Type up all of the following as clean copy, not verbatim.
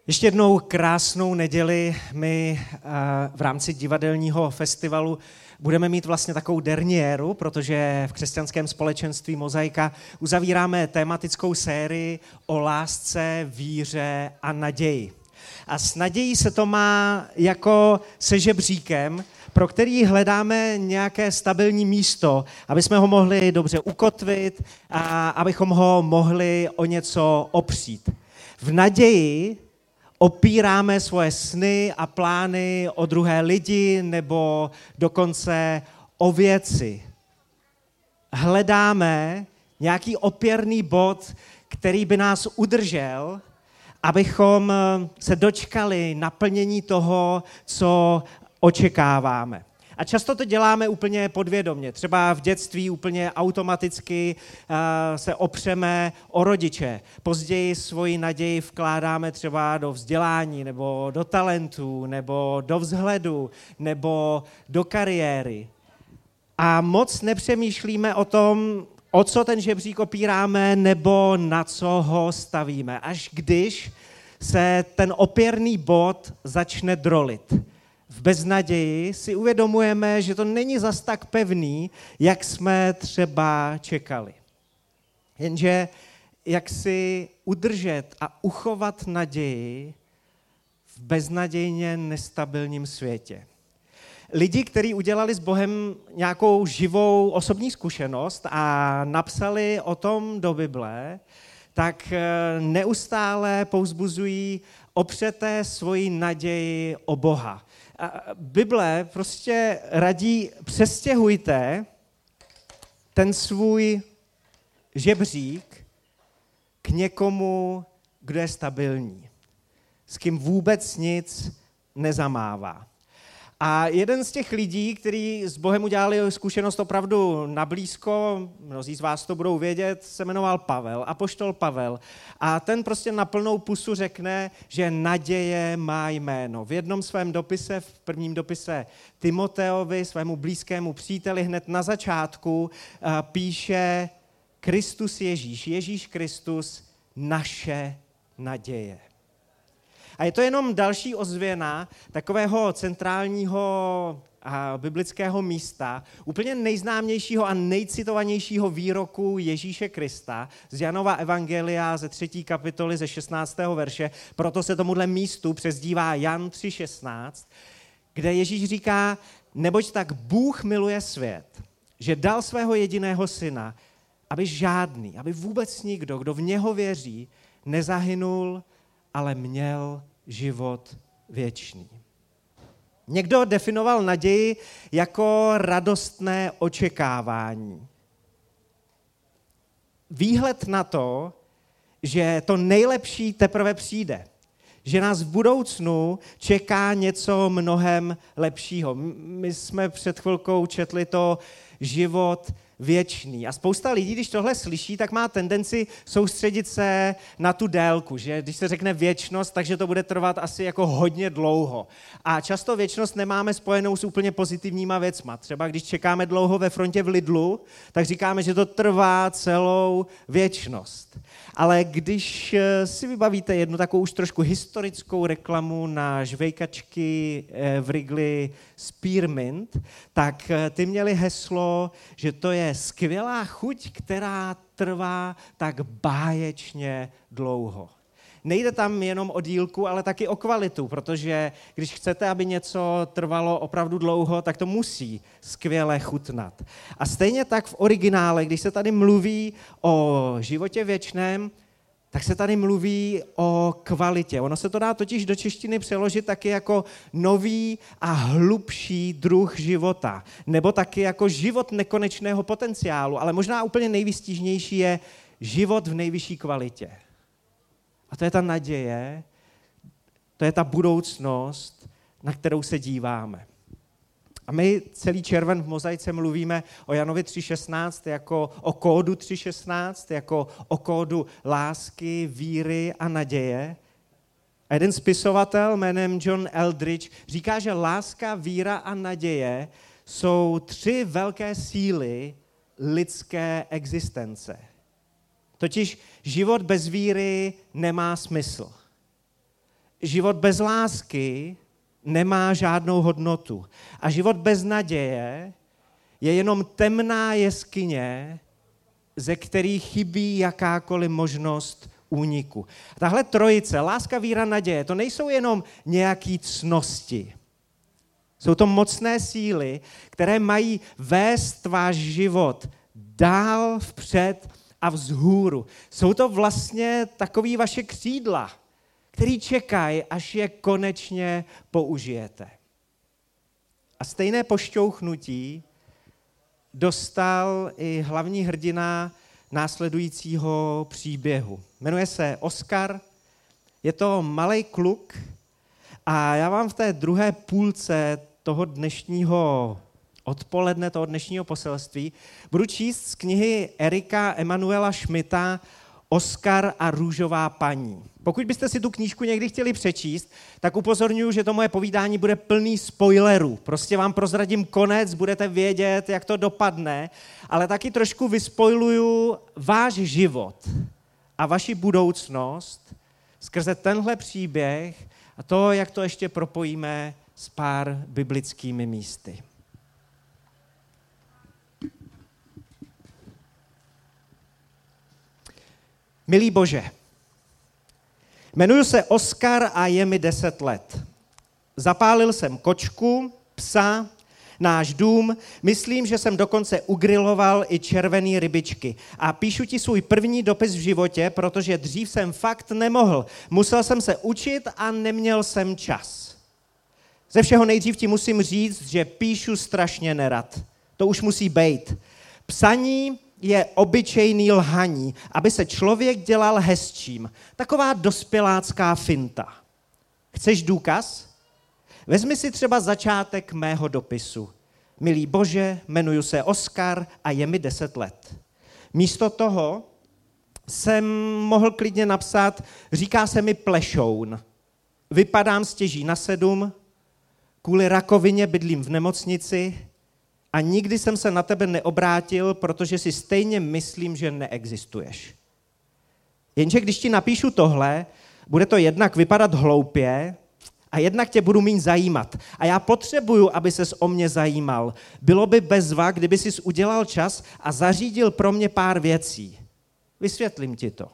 Ještě jednou krásnou neděli. My v rámci divadelního festivalu budeme mít vlastně takovou derniéru, protože v křesťanském společenství Mozaika uzavíráme tematickou sérii o lásce, víře a naději. A s nadějí se to má jako se žebříkem, pro který hledáme nějaké stabilní místo, aby jsme ho mohli dobře ukotvit a abychom ho mohli o něco opřít. V naději opíráme svoje sny a plány o druhé lidi nebo dokonce o věci. Hledáme nějaký opěrný bod, který by nás udržel, abychom se dočkali naplnění toho, co očekáváme. A často to děláme úplně podvědomě. Třeba v dětství úplně automaticky se opřeme o rodiče. Později svoji naději vkládáme třeba do vzdělání, nebo do talentu, nebo do vzhledu, nebo do kariéry. A moc nepřemýšlíme o tom, o co ten žebřík opíráme, nebo na co ho stavíme. Až když se ten opěrný bod začne drolit. V beznaději si uvědomujeme, že to není zas tak pevný, jak jsme třeba čekali. Jenže jak si udržet a uchovat naději v beznadějně nestabilním světě. Lidi, kteří udělali s Bohem nějakou živou osobní zkušenost a napsali o tom do Bible, tak neustále povzbuzují: opřete svoji naději o Boha. A Bible prostě radí: přestěhujte ten svůj žebřík k někomu, kdo je stabilní, s kým vůbec nic nezamává. A jeden z těch lidí, kteří s Bohem udělali zkušenost opravdu nablízko, mnozí z vás to budou vědět, se jmenoval Pavel, apoštol Pavel. A ten prostě na plnou pusu řekne, že naděje má jméno. V jednom svém dopise, v prvním dopise Timoteovi, svému blízkému příteli, hned na začátku píše: Kristus Ježíš, Ježíš Kristus, naše naděje. A je to jenom další ozvěna takového centrálního biblického místa, úplně nejznámějšího a nejcitovanější výroku Ježíše Krista z Janova evangelia ze 3. kapitoly ze 16. verše, proto se tomuhle místu přezdívá Jan 3.16, kde Ježíš říká: neboť tak Bůh miluje svět, že dal svého jediného syna, aby vůbec nikdo, kdo v něho věří, nezahynul, ale měl život věčný. Někdo definoval naději jako radostné očekávání. Výhled na to, že to nejlepší teprve přijde. Že nás v budoucnu čeká něco mnohem lepšího. My jsme před chvilkou četli to život věčný. A spousta lidí, když tohle slyší, tak má tendenci soustředit se na tu délku, že když se řekne věčnost, takže to bude trvat asi jako hodně dlouho. A často věčnost nemáme spojenou s úplně pozitivníma věcma. Třeba když čekáme dlouho ve frontě v Lidlu, tak říkáme, že to trvá celou věčnost. Ale když si vybavíte jednu takovou už trošku historickou reklamu na žvejkačky v Wrigley Spearmint, tak ty měli heslo, že to je skvělá chuť, která trvá tak báječně dlouho. Nejde tam jenom o dílku, ale taky o kvalitu, protože když chcete, aby něco trvalo opravdu dlouho, tak to musí skvěle chutnat. A stejně tak v originále, když se tady mluví o životě věčném, tak se tady mluví o kvalitě. Ono se to dá totiž do češtiny přeložit taky jako nový a hlubší druh života. Nebo taky jako život nekonečného potenciálu. Ale možná úplně nejvýstižnější je život v nejvyšší kvalitě. A to je ta naděje, to je ta budoucnost, na kterou se díváme. A my celý červen v Mozaice mluvíme o Janovi 3.16 jako o kódu 3.16, jako o kódu lásky, víry a naděje. A jeden spisovatel jménem John Eldridge říká, že láska, víra a naděje jsou 3 velké síly lidské existence. Totiž život bez víry nemá smysl. život bez lásky nemá žádnou hodnotu. A život bez naděje je jenom temná jeskyně, ze kterých chybí jakákoliv možnost úniku. Tahle trojice, láska, víra, naděje, to nejsou jenom nějaký ctnosti. Jsou to mocné síly, které mají vést váš život dál vpřed a vzhůru. Jsou to vlastně takový vaše křídla, který čekají, až je konečně použijete. A stejné pošťouchnutí dostal i hlavní hrdina následujícího příběhu. Jmenuje se Oskar, je to malej kluk a já vám v té druhé půlce toho dnešního odpoledne, toho dnešního poselství budu číst z knihy Erika Emanuela Schmidta Oskar a růžová paní. Pokud byste si tu knížku někdy chtěli přečíst, tak upozorňuji, že to moje povídání bude plný spoilerů. Prostě vám prozradím konec, budete vědět, jak to dopadne, ale taky trošku vyspoiluju váš život a vaši budoucnost skrze tenhle příběh a to, jak to ještě propojíme s pár biblickými místy. Milý Bože, jmenuji se Oskar a je mi 10 let. Zapálil jsem kočku, psa, náš dům, myslím, že jsem dokonce ugriloval i červený rybičky. A píšu ti svůj první dopis v životě, protože dřív jsem fakt nemohl. Musel jsem se učit a neměl jsem čas. Ze všeho nejdřív ti musím říct, že píšu strašně nerad. To už musí bejt. Psaní je obyčejný lhaní, aby se člověk dělal hezčím. Taková dospělácká finta. Chceš důkaz? Vezmi si třeba začátek mého dopisu. Milý Bože, jmenuji se Oskar a je mi 10 let. Místo toho jsem mohl klidně napsat, říká se mi Plešoun. Vypadám stěží na 7, kvůli rakovině bydlím v nemocnici a nikdy jsem se na tebe neobrátil, protože si stejně myslím, že neexistuješ. Jenže když ti napíšu tohle, bude to jednak vypadat hloupě a jednak tě budu méně zajímat. A já potřebuju, aby ses o mě zajímal. Bylo by bezva, kdyby sis udělal čas a zařídil pro mě pár věcí. Vysvětlím ti to.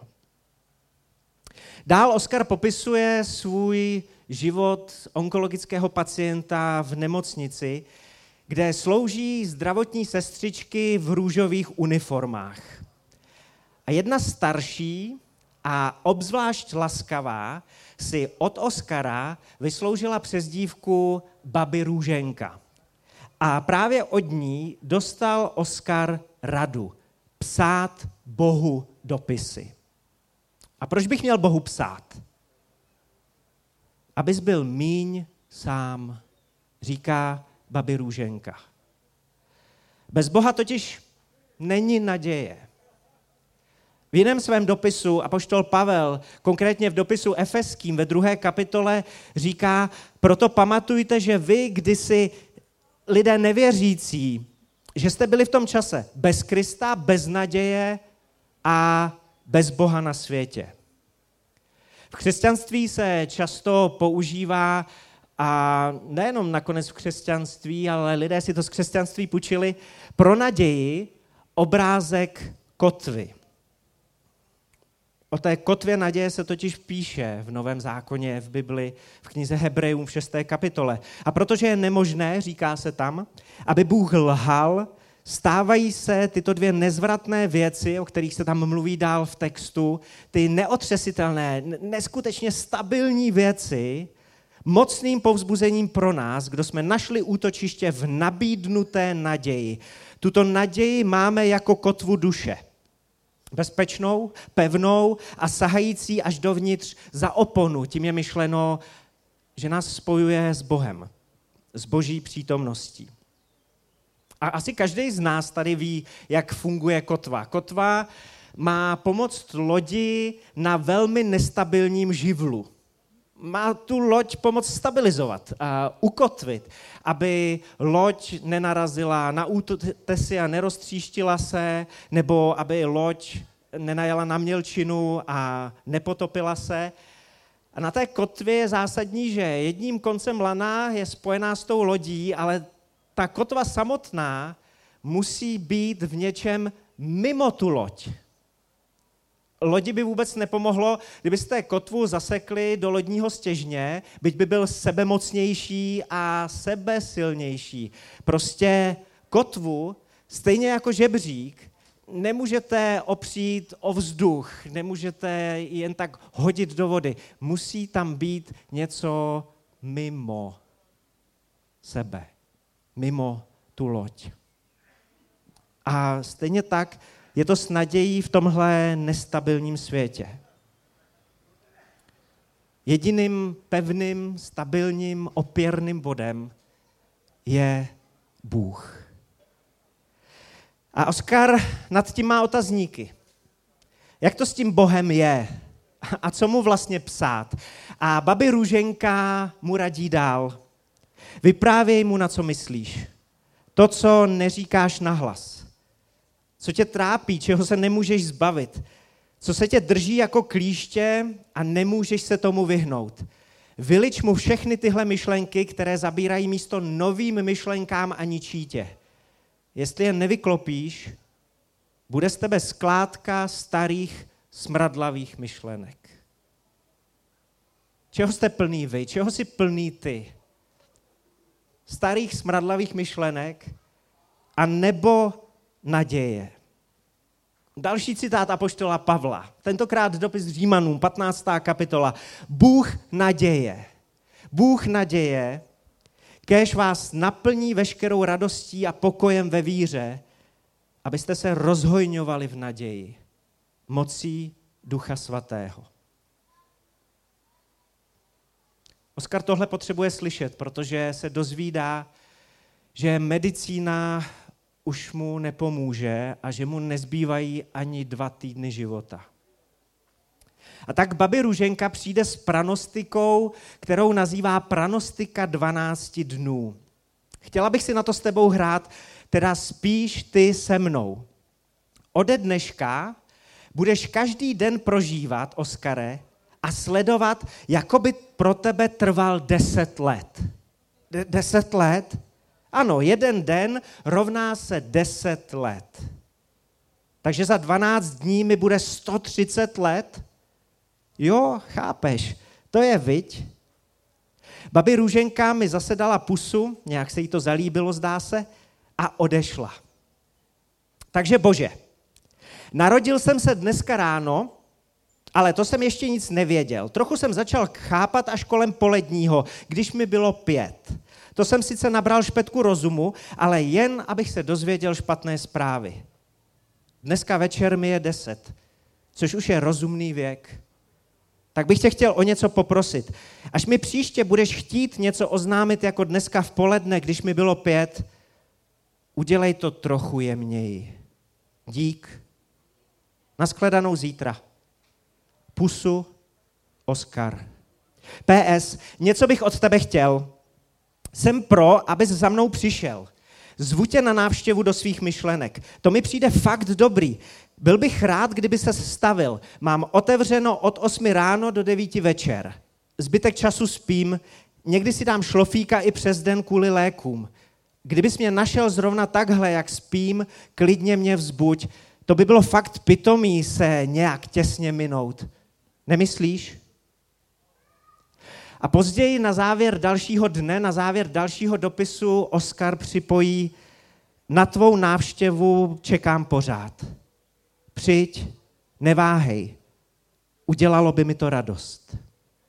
Dál Oskar popisuje svůj život onkologického pacienta v nemocnici, kde slouží zdravotní sestřičky v růžových uniformách. A jedna starší a obzvlášť laskavá si od Oskara vysloužila přezdívku Babi Růženka. A právě od ní dostal Oskar radu psát Bohu dopisy. A proč bych měl Bohu psát? Abys byl míň sám, říká Babi Růženka. Bez Boha totiž není naděje. V jiném svém dopisu apoštol Pavel, konkrétně v dopisu Efeským ve 2. kapitole, říká, proto pamatujte, že vy kdysi lidé nevěřící, že jste byli v tom čase bez Krista, bez naděje a bez Boha na světě. V křesťanství se často používá, a nejenom nakonec v křesťanství, ale lidé si to z křesťanství půjčili, pro naději obrázek kotvy. O té kotvě naděje se totiž píše v Novém zákoně, v Bibli, v knize Hebrejům v 6. kapitole. A protože je nemožné, říká se tam, aby Bůh lhal, stávají se tyto dvě nezvratné věci, o kterých se tam mluví dál v textu, ty neotřesitelné, neskutečně stabilní věci, mocným povzbuzením pro nás, kdo jsme našli útočiště v nabídnuté naději. Tuto naději máme jako kotvu duše. Bezpečnou, pevnou a sahající až dovnitř za oponu. Tím je myšleno, že nás spojuje s Bohem, s Boží přítomností. A asi každý z nás tady ví, jak funguje kotva. Kotva má pomoct lodi na velmi nestabilním živlu. Má tu loď pomoct stabilizovat a ukotvit, aby loď nenarazila na útesy a neroztříštila se, nebo aby loď nenajela na mělčinu a nepotopila se. A na té kotvě je zásadní, že jedním koncem lana je spojená s tou lodí, ale ta kotva samotná musí být v něčem mimo tu loď. Lodi by vůbec nepomohlo, kdybyste kotvu zasekli do lodního stěžně, byť by byl sebemocnější a sebesilnější. Prostě kotvu, stejně jako žebřík, nemůžete opřít o vzduch, nemůžete jen tak hodit do vody. Musí tam být něco mimo sebe, mimo tu loď. A stejně tak je to s nadějí v tomhle nestabilním světě. Jediným pevným, stabilním, opěrným bodem je Bůh. A Oskar nad tím má otazníky. Jak to s tím Bohem je? A co mu vlastně psát? A babi Růženka mu radí dál. Vyprávěj mu, na co myslíš. To, co neříkáš nahlas. Co tě trápí, čeho se nemůžeš zbavit. Co se tě drží jako klíště a nemůžeš se tomu vyhnout. Vylič mu všechny tyhle myšlenky, které zabírají místo novým myšlenkám a ničí tě. Jestli je nevyklopíš, bude z tebe skládka starých smradlavých myšlenek. Čeho jste plný vy? Čeho jsi plný ty? Starých smradlavých myšlenek a nebo naděje. Další citát apoštola Pavla, tentokrát dopis Římanům, 15. kapitola. Bůh naděje. Bůh naděje, kéž vás naplní veškerou radostí a pokojem ve víře, abyste se rozhojňovali v naději mocí Ducha Svatého. Oskar tohle potřebuje slyšet, protože se dozvídá, že medicína už mu nepomůže a že mu nezbývají ani 2 týdny života. A tak babi Růženka přijde s pranostikou, kterou nazývá pranostika 12 dnů. Chtěla bych si na to s tebou hrát, teda spíš ty se mnou. Ode dneška budeš každý den prožívat, Oskare, a sledovat, jako by pro tebe trval 10 let. 10 let? Ano, 1 den rovná se 10 let. Takže za 12 dní mi bude 130 let? Jo, chápeš, to je viď. Babi Růženka mi zase dala pusu, nějak se jí to zalíbilo, zdá se, a odešla. Takže Bože, narodil jsem se dneska ráno, ale to jsem ještě nic nevěděl. Trochu jsem začal chápat až kolem poledního, když mi bylo 5. To jsem sice nabral špetku rozumu, ale jen, abych se dozvěděl špatné zprávy. Dneska večer mi je 10, což už je rozumný věk. Tak bych tě chtěl o něco poprosit. Až mi příště budeš chtít něco oznámit jako dneska v poledne, když mi bylo 5, udělej to trochu jemněji. Dík. Nashledanou zítra. Pusu, Oskar. PS, něco bych od tebe chtěl. Jsem pro, abys za mnou přišel. Zvu tě na návštěvu do svých myšlenek. To mi přijde fakt dobrý. Byl bych rád, kdyby se stavil. Mám otevřeno od 8 ráno do 9 večer. Zbytek času spím, někdy si dám šlofíka i přes den kvůli lékům. Kdybys mě našel zrovna takhle, jak spím, klidně mě vzbuď. To by bylo fakt pitomý se nějak těsně minout. Nemyslíš? A později na závěr dalšího dne, na závěr dalšího dopisu Oskar připojí: na tvou návštěvu čekám pořád. Přijď, neváhej. Udělalo by mi to radost.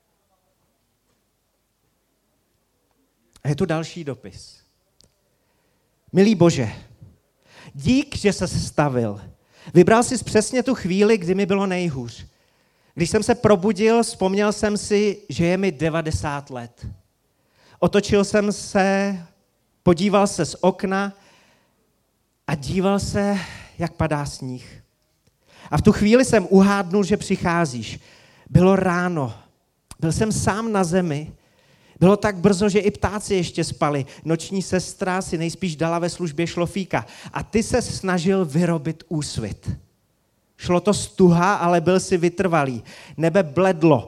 A je tu další dopis. Milý Bože, dík, že se stavil. Vybral jsi přesně tu chvíli, kdy mi bylo nejhůř. Když jsem se probudil, vzpomněl jsem si, že je mi 90 let. Otočil jsem se, podíval se z okna a díval se, jak padá sníh. A v tu chvíli jsem uhádnul, že přicházíš. Bylo ráno, byl jsem sám na zemi. Bylo tak brzo, že i ptáci ještě spali. Noční sestra si nejspíš dala ve službě šlofíka. A ty se snažil vyrobit úsvit. Šlo to stuha, ale byl si vytrvalý. Nebe bledlo.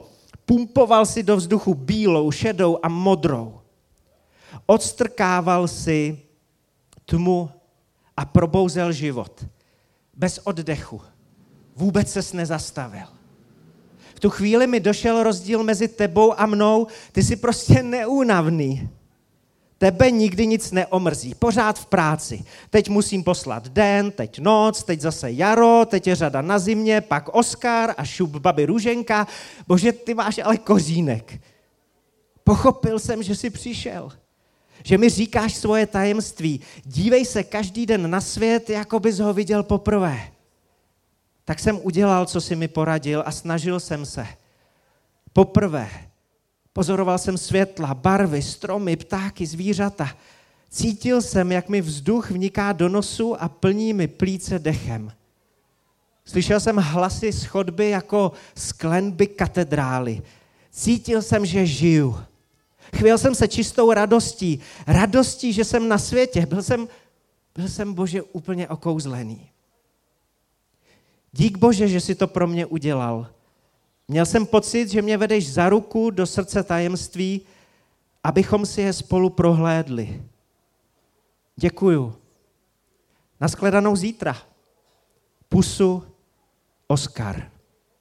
pumpoval si do vzduchu bílou, šedou a modrou. Odstrkával si tmu a probouzel život. Bez oddechu. Vůbec ses nezastavil. V tu chvíli mi došel rozdíl mezi tebou a mnou. Ty jsi prostě neúnavný. Tebe nikdy nic neomrzí. Pořád v práci. Teď musím poslat den, teď noc, teď zase jaro, teď je řada na zimě, pak Oskar a šup babi Růženka. Bože, ty máš ale kořínek. Pochopil jsem, že jsi přišel. Že mi říkáš svoje tajemství. Dívej se každý den na svět, jako bys ho viděl poprvé. Tak jsem udělal, co jsi mi poradil a snažil jsem se. Poprvé. Pozoroval jsem světla, barvy, stromy, ptáky, zvířata. Cítil jsem, jak mi vzduch vniká do nosu a plní mi plíce dechem. Slyšel jsem hlasy z chodby jako z klenby katedrály. Cítil jsem, že žiju. Chvěl jsem se čistou radostí, že jsem na světě. Byl jsem, Bože, úplně okouzlený. Dík Bože, že jsi to pro mě udělal. Měl jsem pocit, že mě vedeš za ruku do srdce tajemství, abychom si je spolu prohlédli. Děkuju. Nashledanou zítra. Pusu, Oskar.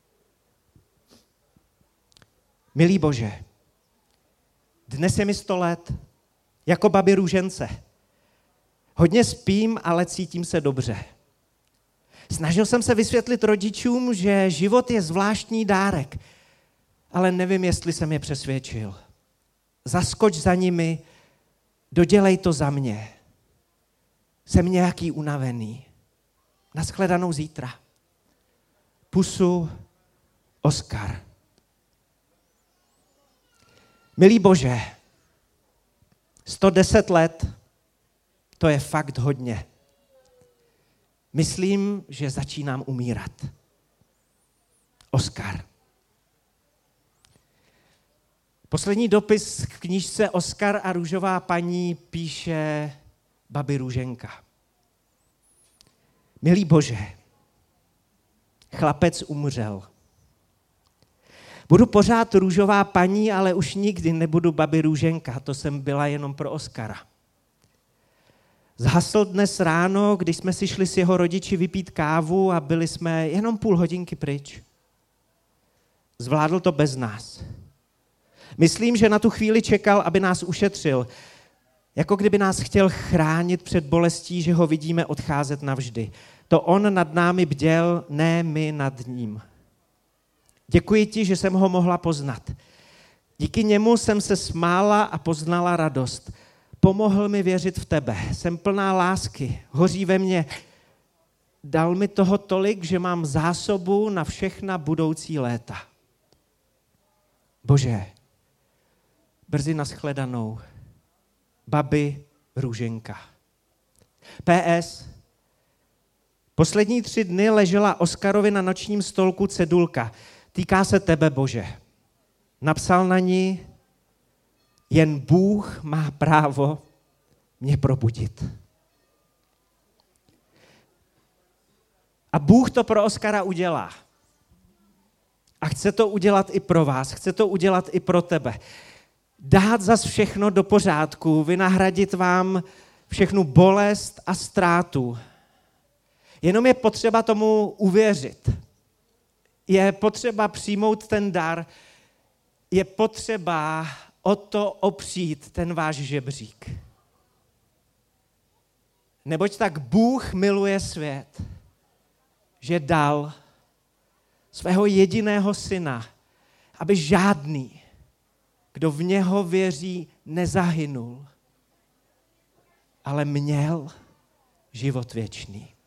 Milý Bože, dnes je mi 100 let, jako babi Růžence. Hodně spím, ale cítím se dobře. Snažil jsem se vysvětlit rodičům, že život je zvláštní dárek, ale nevím, jestli jsem je přesvědčil. Zaskoč za nimi, dodělej to za mě. Jsem nějaký unavený. Nashledanou zítra. Pusu, Oskar. Milý Bože, 110 let, to je fakt hodně. Myslím, že začínám umírat. Oskar. Poslední dopis v knížce Oskar a růžová paní píše babi Růženka. Milý Bože, chlapec umřel. Budu pořád růžová paní, ale už nikdy nebudu babi Růženka, to jsem byla jenom pro Oskara. Zhasl dnes ráno, když jsme si šli s jeho rodiči vypít kávu a byli jsme jenom půl hodinky pryč. Zvládl to bez nás. Myslím, že na tu chvíli čekal, aby nás ušetřil. Jako kdyby nás chtěl chránit před bolestí, že ho vidíme odcházet navždy. To on nad námi bděl, ne my nad ním. Děkuji ti, že jsem ho mohla poznat. Díky němu jsem se smála a poznala radost. Pomohl mi věřit v tebe. Jsem plná lásky, hoří ve mně. Dal mi toho tolik, že mám zásobu na všechna budoucí léta. Bože, brzy nashledanou. Babi Růženka. PS. Poslední 3 dny ležela Oskarovi na nočním stolku cedulka. Týká se tebe, Bože. Napsal na ní: jen Bůh má právo mě probudit. A Bůh to pro Oskara udělá. A chce to udělat i pro vás, chce to udělat i pro tebe. Dát zas všechno do pořádku, vynahradit vám všechnu bolest a ztrátu. Jenom je potřeba tomu uvěřit. Je potřeba přijmout ten dar, je potřeba o to opřít ten váš žebřík. Neboť tak Bůh miluje svět, že dal svého jediného syna, aby žádný, kdo v něho věří, nezahynul, ale měl život věčný.